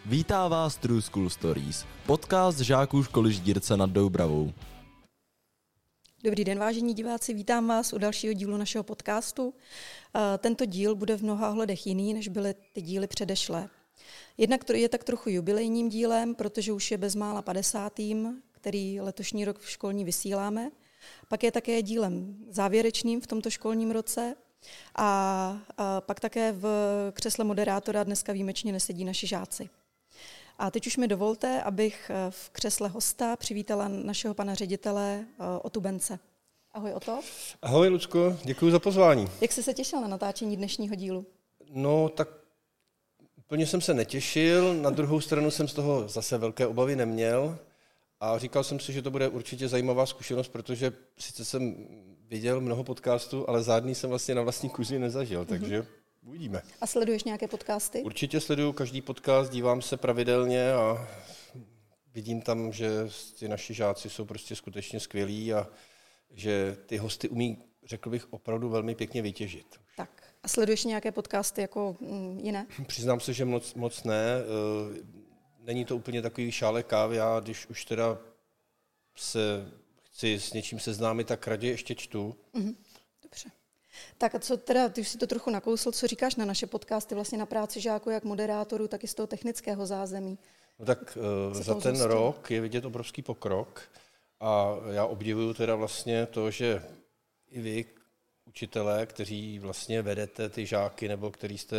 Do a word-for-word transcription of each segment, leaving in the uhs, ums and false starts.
Vítá vás True School Stories, podcast žáků školy Ždírce nad Doubravou. Dobrý den, vážení diváci, vítám vás u dalšího dílu našeho podcastu. Tento díl bude v mnoha ohledech jiný, než byly ty díly předešlé. Jednak je tak trochu jubilejním dílem, protože už je bezmála padesátým, který letošní rok v školní vysíláme. Pak je také dílem závěrečným v tomto školním roce. A, a pak také v křesle moderátora dneska výjimečně nesedí naši žáci. A teď už mi dovolte, abych v křesle hosta přivítala našeho pana ředitele Otu Bence. Ahoj, Oto. Ahoj, Lucko, děkuji za pozvání. Jak jsi se těšil na natáčení dnešního dílu? No, tak úplně jsem se netěšil, na druhou stranu jsem z toho zase velké obavy neměl a říkal jsem si, že to bude určitě zajímavá zkušenost, protože sice jsem viděl mnoho podcastů, ale žádný jsem vlastně na vlastní kůži nezažil, mm-hmm. takže uvidíme. A sleduješ nějaké podcasty? Určitě sleduju každý podcast, dívám se pravidelně a vidím tam, že ty naši žáci jsou prostě skutečně skvělí a že ty hosty umí, řekl bych, opravdu velmi pěkně vytěžit. Tak. A sleduješ nějaké podcasty jako jiné? Přiznám se, že moc, moc ne. Není to úplně takový šálek kávy. Já, když už teda se chci s něčím seznámit, tak raději ještě čtu. Mm-hmm. Dobře. Tak a co teda, ty už si to trochu nakousl, co říkáš na naše podcasty, vlastně na práci žáků, jak moderátorů, tak i z toho technického zázemí? No tak uh, za ten zůstí? Rok je vidět obrovský pokrok a já obdivuju teda vlastně to, že i vy, učitelé, kteří vlastně vedete ty žáky nebo který jste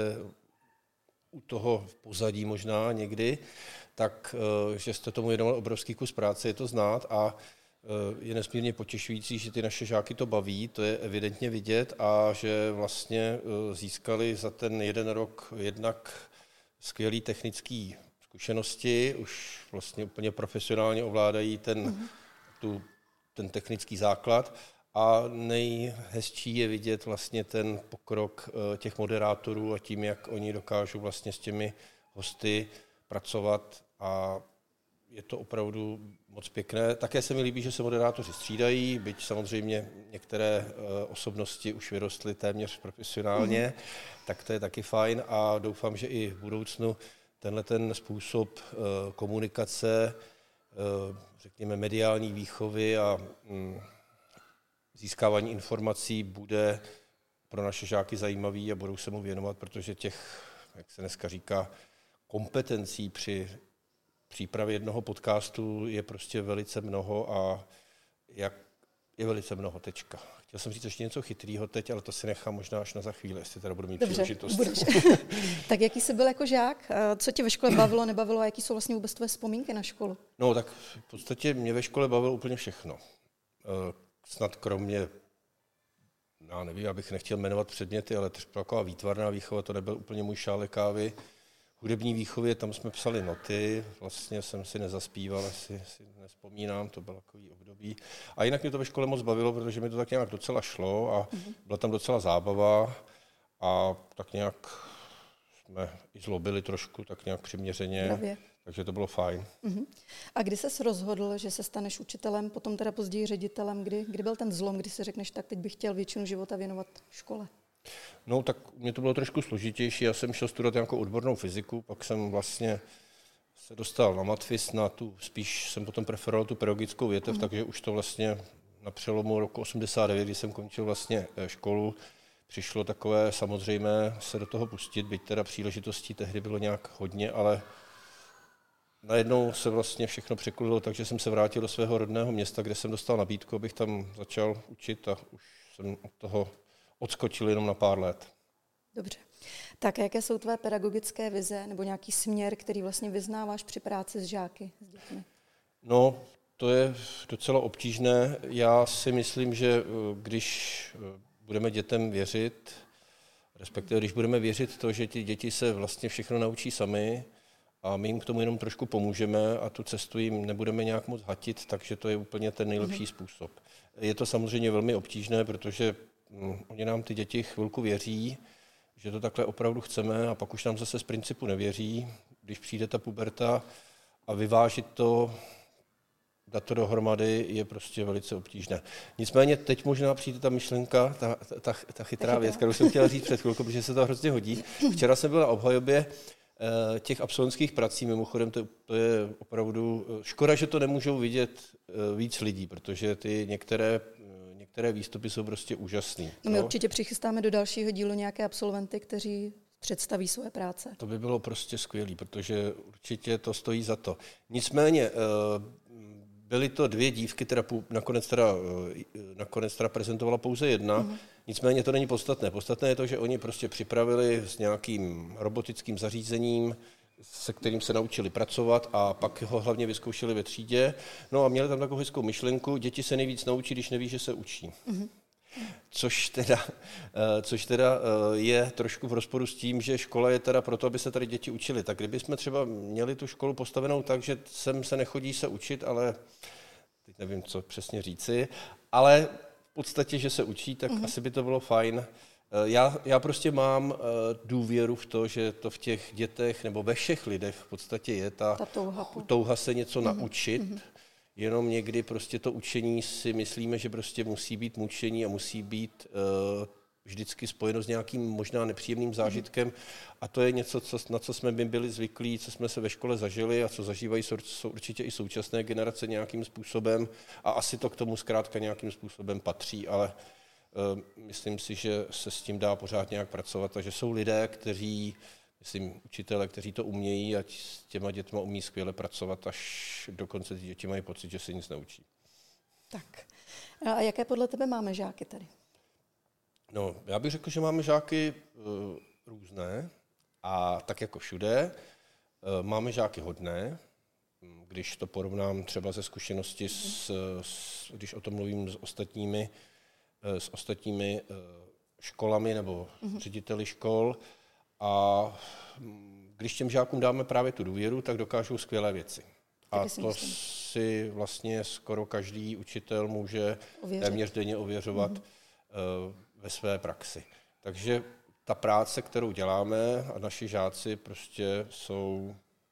u toho v pozadí možná někdy, tak uh, že jste tomu věnovali obrovský kus práce, je to znát a je nesmírně potěšující, že ty naše žáky to baví, to je evidentně vidět a že vlastně získali za ten jeden rok jednak skvělý technický zkušenosti, už vlastně úplně profesionálně ovládají ten, mm-hmm. tu, ten technický základ a nejhezčí je vidět vlastně ten pokrok těch moderátorů a tím, jak oni dokážou vlastně s těmi hosty pracovat a je to opravdu moc pěkné. Také se mi líbí, že se moderátoři střídají, byť samozřejmě některé osobnosti už vyrostly téměř profesionálně, mm. tak to je taky fajn a doufám, že i v budoucnu tenhle ten způsob komunikace, řekněme mediální výchovy a získávání informací bude pro naše žáky zajímavý a budou se mu věnovat, protože těch, jak se dneska říká, kompetencí při přípravě jednoho podcastu je prostě velice mnoho a jak je velice mnoho, tečka. Chtěl jsem říct ještě něco chytrýho teď, ale to si nechám možná až na za chvíli, jestli teda budu mít Dobře, příležitost. Budeš. Tak jaký jsi byl jako žák? Co tě ve škole bavilo, nebavilo a jaký jsou vlastně vůbec tvoje vzpomínky na školu? No tak v podstatě mě ve škole bavilo úplně všechno. Snad kromě, já nevím, abych nechtěl jmenovat předměty, ale taková výtvarná výchova, to nebyl úplně můj šálek kávy. Hudební výchově, tam jsme psali noty, vlastně jsem si nezaspíval, asi si nespomínám, to bylo takový období. A jinak mě to ve škole moc bavilo, protože mi to tak nějak docela šlo a mm-hmm. byla tam docela zábava a tak nějak jsme i zlobili trošku, tak nějak přiměřeně, Pravě. takže to bylo fajn. Mm-hmm. A kdy ses rozhodl, že se staneš učitelem, potom teda později ředitelem, kdy, kdy byl ten zlom, kdy si řekneš, tak teď bych chtěl většinu života věnovat škole? No tak mě to bylo trošku složitější, já jsem šel studovat nějakou odbornou fyziku, pak jsem vlastně se dostal na matfis, na tu, spíš jsem potom preferoval tu pedagogickou větev, mm. takže už to vlastně na přelomu roku osmdesát devět, kdy jsem končil vlastně školu, přišlo takové samozřejmé se do toho pustit, byť teda příležitostí tehdy bylo nějak hodně, ale najednou se vlastně všechno překludilo, takže jsem se vrátil do svého rodného města, kde jsem dostal nabídku, abych tam začal učit a už jsem od toho odskočil jenom na pár let. Dobře. Tak jaké jsou tvé pedagogické vize nebo nějaký směr, který vlastně vyznáváš při práci s žáky, s dětmi? No, to je docela obtížné. Já si myslím, že když budeme dětem věřit, respektive když budeme věřit to, že ti děti se vlastně všechno naučí sami a my jim k tomu jenom trošku pomůžeme a tu cestu jim nebudeme nějak moc hatit, takže to je úplně ten nejlepší mm-hmm. způsob. Je to samozřejmě velmi obtížné, protože oni nám ty děti chvilku věří, že to takhle opravdu chceme a pak už nám zase z principu nevěří, když přijde ta puberta a vyvážit to, dát to dohromady je prostě velice obtížné. Nicméně teď možná přijde ta myšlenka, ta, ta, ta chytrá věc, kterou jsem chtěl říct před chvilkou, protože se to hrozně hodí. Včera jsem byl na obhajobě těch absolventských prací, mimochodem to, to je opravdu škoda, že to nemůžou vidět víc lidí, protože ty některé, některé výstupy jsou prostě úžasný. No my určitě přichystáme do dalšího dílu nějaké absolventy, kteří představí své práce. To by bylo prostě skvělé, protože určitě to stojí za to. Nicméně byly to dvě dívky, teda nakonec teda, nakonec teda prezentovala pouze jedna, mm. nicméně to není podstatné. Podstatné je to, že oni prostě připravili s nějakým robotickým zařízením, se kterým se naučili pracovat a pak ho hlavně vyzkoušeli ve třídě. No a měli tam takovou hezkou myšlenku, děti se nejvíc naučí, když neví, že se učí. Mm. Což teda, což teda je trošku v rozporu s tím, že škola je teda proto, aby se tady děti učili. Tak kdybychom třeba měli tu školu postavenou tak, že sem se nechodí se učit, ale teď nevím, co přesně říci, ale v podstatě, že se učí, tak mm-hmm. asi by to bylo fajn. Já, já prostě mám důvěru v to, že to v těch dětech nebo ve všech lidech v podstatě je ta, ta touha. touha se něco mm-hmm. naučit. Mm-hmm. Jenom někdy prostě to učení si myslíme, že prostě musí být mučení a musí být uh, vždycky spojeno s nějakým možná nepříjemným zážitkem. A to je něco, co, na co jsme my byli zvyklí, co jsme se ve škole zažili a co zažívají jsou, jsou určitě i současné generace nějakým způsobem. A asi to k tomu zkrátka nějakým způsobem patří, ale uh, myslím si, že se s tím dá pořád nějak pracovat. Takže jsou lidé, kteří myslím, učitele, kteří to umějí a s těma dětma umí skvěle pracovat, až dokonce ty děti mají pocit, že se nic neučí. Tak. A jaké podle tebe máme žáky tady? No, já bych řekl, že máme žáky uh, různé a tak jako všude. Uh, máme žáky hodné, když to porovnám třeba ze zkušenosti, s, s, když o tom mluvím s ostatními, uh, s ostatními uh, školami nebo uh-huh. řediteli škol. A když těm žákům dáme právě tu důvěru, tak dokážou skvělé věci. A to myslím. si vlastně skoro každý učitel může Ověřit. téměř denně ověřovat mm-hmm. ve své praxi. Takže ta práce, kterou děláme a naši žáci prostě jsou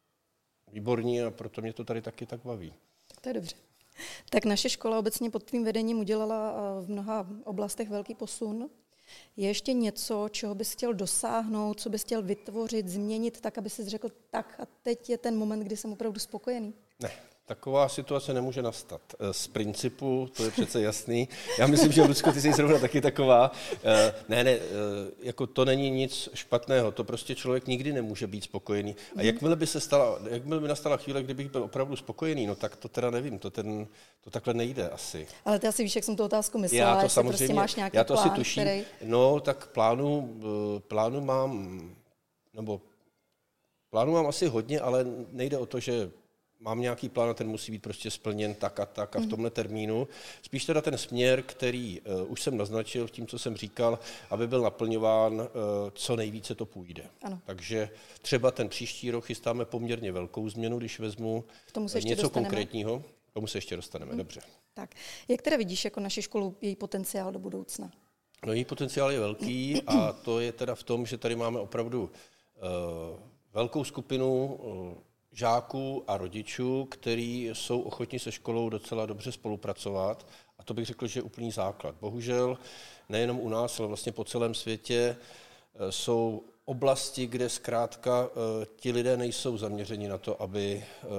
výborní a proto mě to tady taky tak baví. To je dobře. Tak naše škola obecně pod tvým vedením udělala v mnoha oblastech velký posun. Je ještě něco, čeho bys chtěl dosáhnout, co bys chtěl vytvořit, změnit, tak, aby jsi řekl, tak a teď je ten moment, kdy jsem opravdu spokojený? Ne, taková situace nemůže nastat. Z principu, to je přece jasný. Já myslím, že Lucko, ty jsi zrovna taky taková. Ne, ne, jako to není nic špatného, to prostě člověk nikdy nemůže být spokojený. A jakmile by se stala, jakmile by nastala chvíle, kdybych byl opravdu spokojený, no tak to teda nevím, to, ten, to takhle nejde asi. Ale ty asi víš, jak jsem tu otázku myslela, já to jestli samozřejmě, prostě máš nějaký já to plán, asi tuším. který... No, tak plánu, plánu mám, nebo plánu mám asi hodně, ale nejde o to, že mám nějaký plán a ten musí být prostě splněn tak a tak a v tomhle termínu. Spíš teda ten směr, který uh, už jsem naznačil tím, co jsem říkal, aby byl naplňován, uh, co nejvíce to půjde. Ano. Takže třeba ten příští rok chystáme poměrně velkou změnu, když vezmu něco dostaneme. konkrétního. K tomu se ještě dostaneme, hmm. dobře. Tak, jak teda vidíš jako naši školu, její potenciál do budoucna? No, její potenciál je velký a to je teda v tom, že tady máme opravdu uh, velkou skupinu uh, žáků a rodičů, kteří jsou ochotní se školou docela dobře spolupracovat. A to bych řekl, že je úplný základ. Bohužel nejenom u nás, ale vlastně po celém světě jsou oblasti, kde zkrátka ti lidé nejsou zaměřeni na to, aby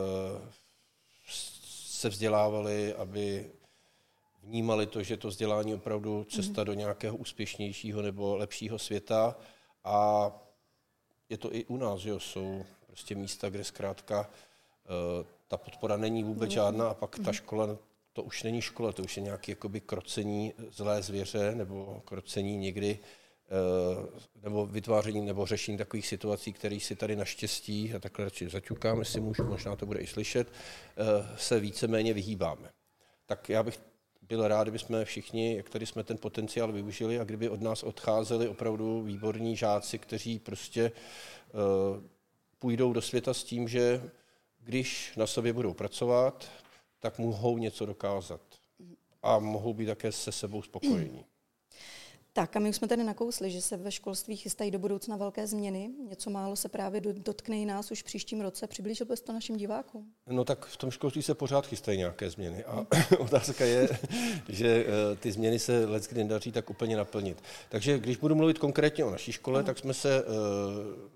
se vzdělávali, aby vnímali to, že to vzdělání je opravdu cesta do nějakého úspěšnějšího nebo lepšího světa. A je to i u nás, že jo, jsou prostě místa, kde zkrátka uh, ta podpora není vůbec žádná a pak ta škola, to už není škola, to už je nějaké jakoby krocení zlé zvěře nebo krocení někdy uh, nebo vytváření nebo řešení takových situací, které si tady naštěstí, a takhle radši zaťukám, jestli můžu, možná to bude i slyšet, uh, se víceméně vyhýbáme. Tak já bych byl rád, kdyby jsme všichni, jak tady jsme ten potenciál využili a kdyby od nás odcházeli opravdu výborní žáci, kteří prostě uh, půjdou do světa s tím, že když na sobě budou pracovat, tak mohou něco dokázat. A mohou být také se sebou spokojení. Tak a my už jsme tady nakousli, že se ve školství chystají do budoucna velké změny. Něco málo se právě dotkne i nás už v příštím roce. Přiblížil bys to našim divákům? No tak v tom školství se pořád chystají nějaké změny. A otázka je, že ty změny se leckdy nedaří tak úplně naplnit. Takže když budu mluvit konkrétně o naší škole, ano. tak jsme se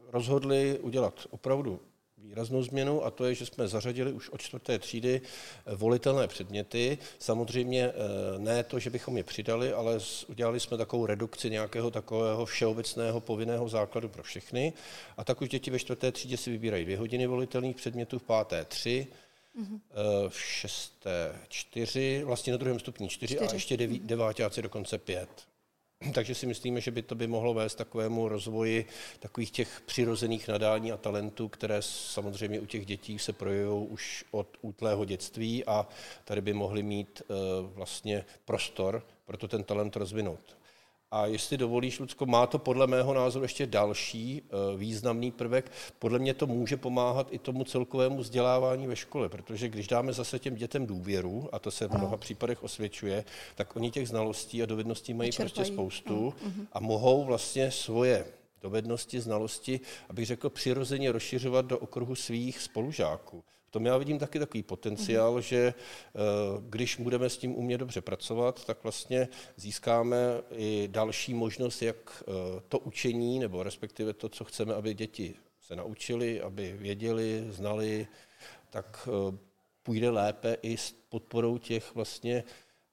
rozhodli udělat opravdu výraznou změnu a to je, že jsme zařadili už od čtvrté třídy volitelné předměty. Samozřejmě ne to, že bychom je přidali, ale udělali jsme takovou redukci nějakého takového všeobecného povinného základu pro všechny. A tak už děti ve čtvrté třídě si vybírají dvě hodiny volitelných předmětů, v páté tři, mm-hmm. v šesté čtyři, vlastně na druhém stupni čtyři, čtyři. A ještě deví, deváťáci dokonce pět. Takže si myslíme, že by to by mohlo vést takovému rozvoji takových těch přirozených nadání a talentů, které samozřejmě u těch dětí se projevují už od útlého dětství a tady by mohli mít vlastně prostor pro to ten talent rozvinout. A jestli dovolíš, Lucko, má to podle mého názoru ještě další významný prvek. Podle mě to může pomáhat i tomu celkovému vzdělávání ve škole, protože když dáme zase těm dětem důvěru, a to se v mnoha případech osvědčuje, tak oni těch znalostí a dovedností mají Vyčerpají. prostě spoustu a mohou vlastně svoje dovednosti, znalosti, abych řekl, přirozeně rozšiřovat do okruhu svých spolužáků. V tom já vidím taky takový potenciál, mm. že když budeme s tím umět dobře pracovat, tak vlastně získáme i další možnost, jak to učení, nebo respektive to, co chceme, aby děti se naučili, aby věděli, znali, tak půjde lépe i s podporou těch vlastně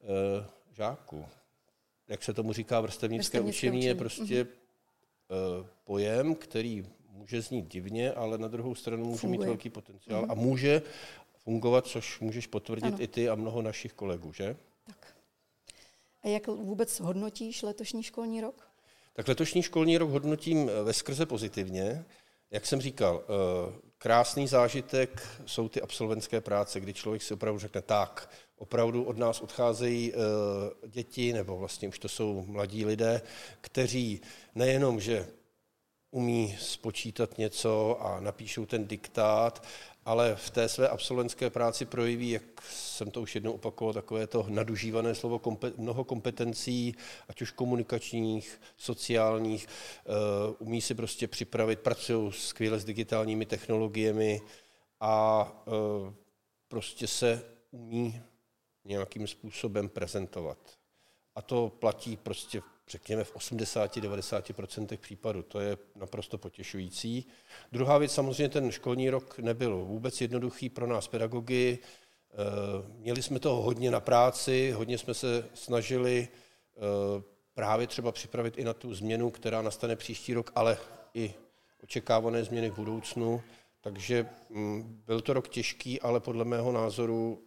žáků. Jak se tomu říká, vrstevnické učení, učení je prostě mm. pojem, který může znít divně, ale na druhou stranu může Funguje. mít velký potenciál mm-hmm. a může fungovat, což můžeš potvrdit ano. i ty a mnoho našich kolegů, že? Tak. A jak vůbec hodnotíš letošní školní rok? Tak letošní školní rok hodnotím veskrze pozitivně. Jak jsem říkal, krásný zážitek jsou ty absolventské práce, kdy člověk si opravdu řekne tak, opravdu od nás odcházejí děti, nebo vlastně už to jsou mladí lidé, kteří nejenom, že umí spočítat něco a napíšou ten diktát, ale v té své absolventské práci projeví, jak jsem to už jednou opakoval, takové to nadužívané slovo, mnoho kompetencí, ať už komunikačních, sociálních, uh, umí si prostě připravit, pracují skvěle s digitálními technologiemi a uh, prostě se umí nějakým způsobem prezentovat. A to platí prostě řekněme v osmdesát až devadesát procent případů. To je naprosto potěšující. Druhá věc, samozřejmě ten školní rok nebyl vůbec jednoduchý pro nás pedagogy. Měli jsme toho hodně na práci, hodně jsme se snažili právě třeba připravit i na tu změnu, která nastane příští rok, ale i očekávané změny v budoucnu. Takže byl to rok těžký, ale podle mého názoru,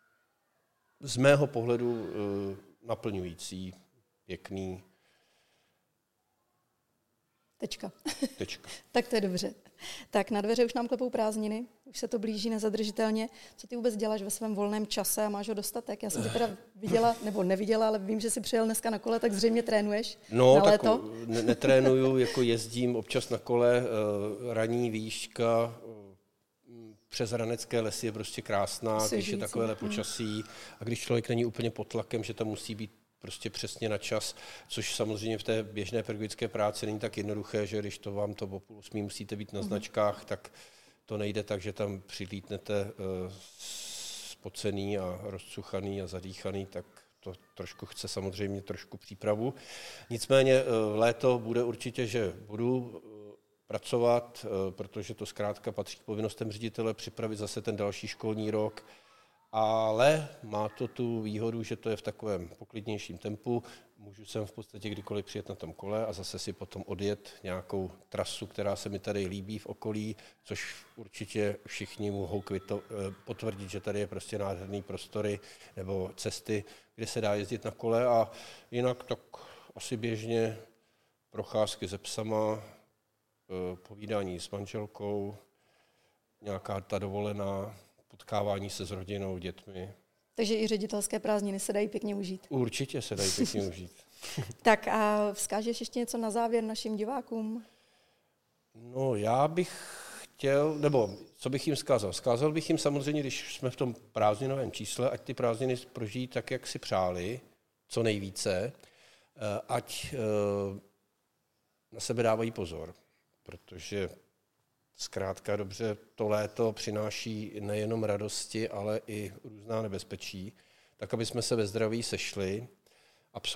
z mého pohledu naplňující, pěkný. Tečka. Tečka. Tak to je dobře. Tak na dveře už nám klepou prázdniny, už se to blíží nezadržitelně. Co ty vůbec děláš ve svém volném čase a máš ho dostatek? Já jsem tě teda viděla, nebo neviděla, ale vím, že jsi přijel dneska na kole, tak zřejmě trénuješ no, na léto. No, tak netrénuju, jako jezdím občas na kole, ranní výška, přes Ranecké lesy je prostě krásná, Jsi když žijící. Je takovéhle počasí a když člověk není úplně pod tlakem, že tam musí být prostě přesně na čas, což samozřejmě v té běžné pedagogické práci není tak jednoduché, že když to vám to o půl osmí musíte být na značkách, tak to nejde tak, že tam přilítnete uh, spocený a rozcuchaný a zadýchaný, tak to trošku chce samozřejmě trošku přípravu. Nicméně uh, léto bude určitě, že budu uh, pracovat, uh, protože to zkrátka patří k povinnostem ředitele připravit zase ten další školní rok, ale má to tu výhodu, že to je v takovém poklidnějším tempu. Můžu sem v podstatě kdykoliv přijet na tom kole a zase si potom odjet nějakou trasu, která se mi tady líbí v okolí, což určitě všichni mohou kvito, potvrdit, že tady je prostě nádherný prostory nebo cesty, kde se dá jezdit na kole a jinak tak asi běžně procházky se psama, povídání s manželkou, nějaká ta dovolená, potkávání se s rodinou, dětmi. Takže i ředitelské prázdniny se dají pěkně užít. Určitě se dají pěkně užít. Tak a vzkážeš ještě něco na závěr našim divákům? No já bych chtěl, nebo co bych jim vzkázal? Vzkázal bych jim samozřejmě, když jsme v tom prázdninovém čísle, ať ty prázdniny prožijí tak, jak si přáli, co nejvíce, ať na sebe dávají pozor, protože zkrátka dobře, to léto přináší nejenom radosti, ale i různá nebezpečí, tak aby jsme se ve zdraví sešli.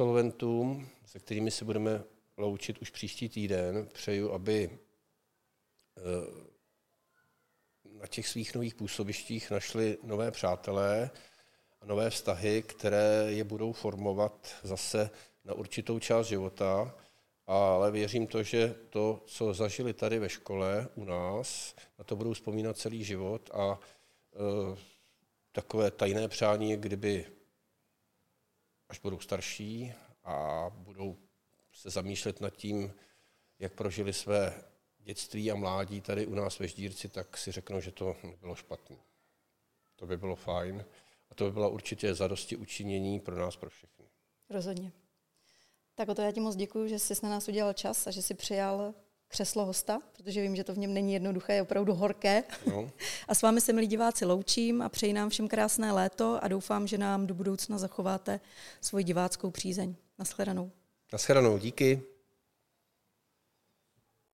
Absolventům, se kterými se budeme loučit už příští týden, přeju, aby na těch svých nových působištích našli nové přátelé a nové vztahy, které je budou formovat zase na určitou část života, ale věřím to, že to, co zažili tady ve škole u nás, na to budou vzpomínat celý život a e, takové tajné přání, kdyby až budou starší a budou se zamýšlet nad tím, jak prožili své dětství a mládí tady u nás ve Ždírci, tak si řeknou, že to nebylo špatné. To by bylo fajn a to by bylo určitě zadosti učinění pro nás, pro všechny. Rozhodně. Tak o to já ti moc děkuju, že jsi na nás udělal čas a že jsi přijal křeslo hosta, protože vím, že to v něm není jednoduché, je opravdu horké. No. A s vámi se, milí diváci, loučím a přeji nám všem krásné léto a doufám, že nám do budoucna zachováte svoji diváckou přízeň. Nashledanou. Nashledanou, díky.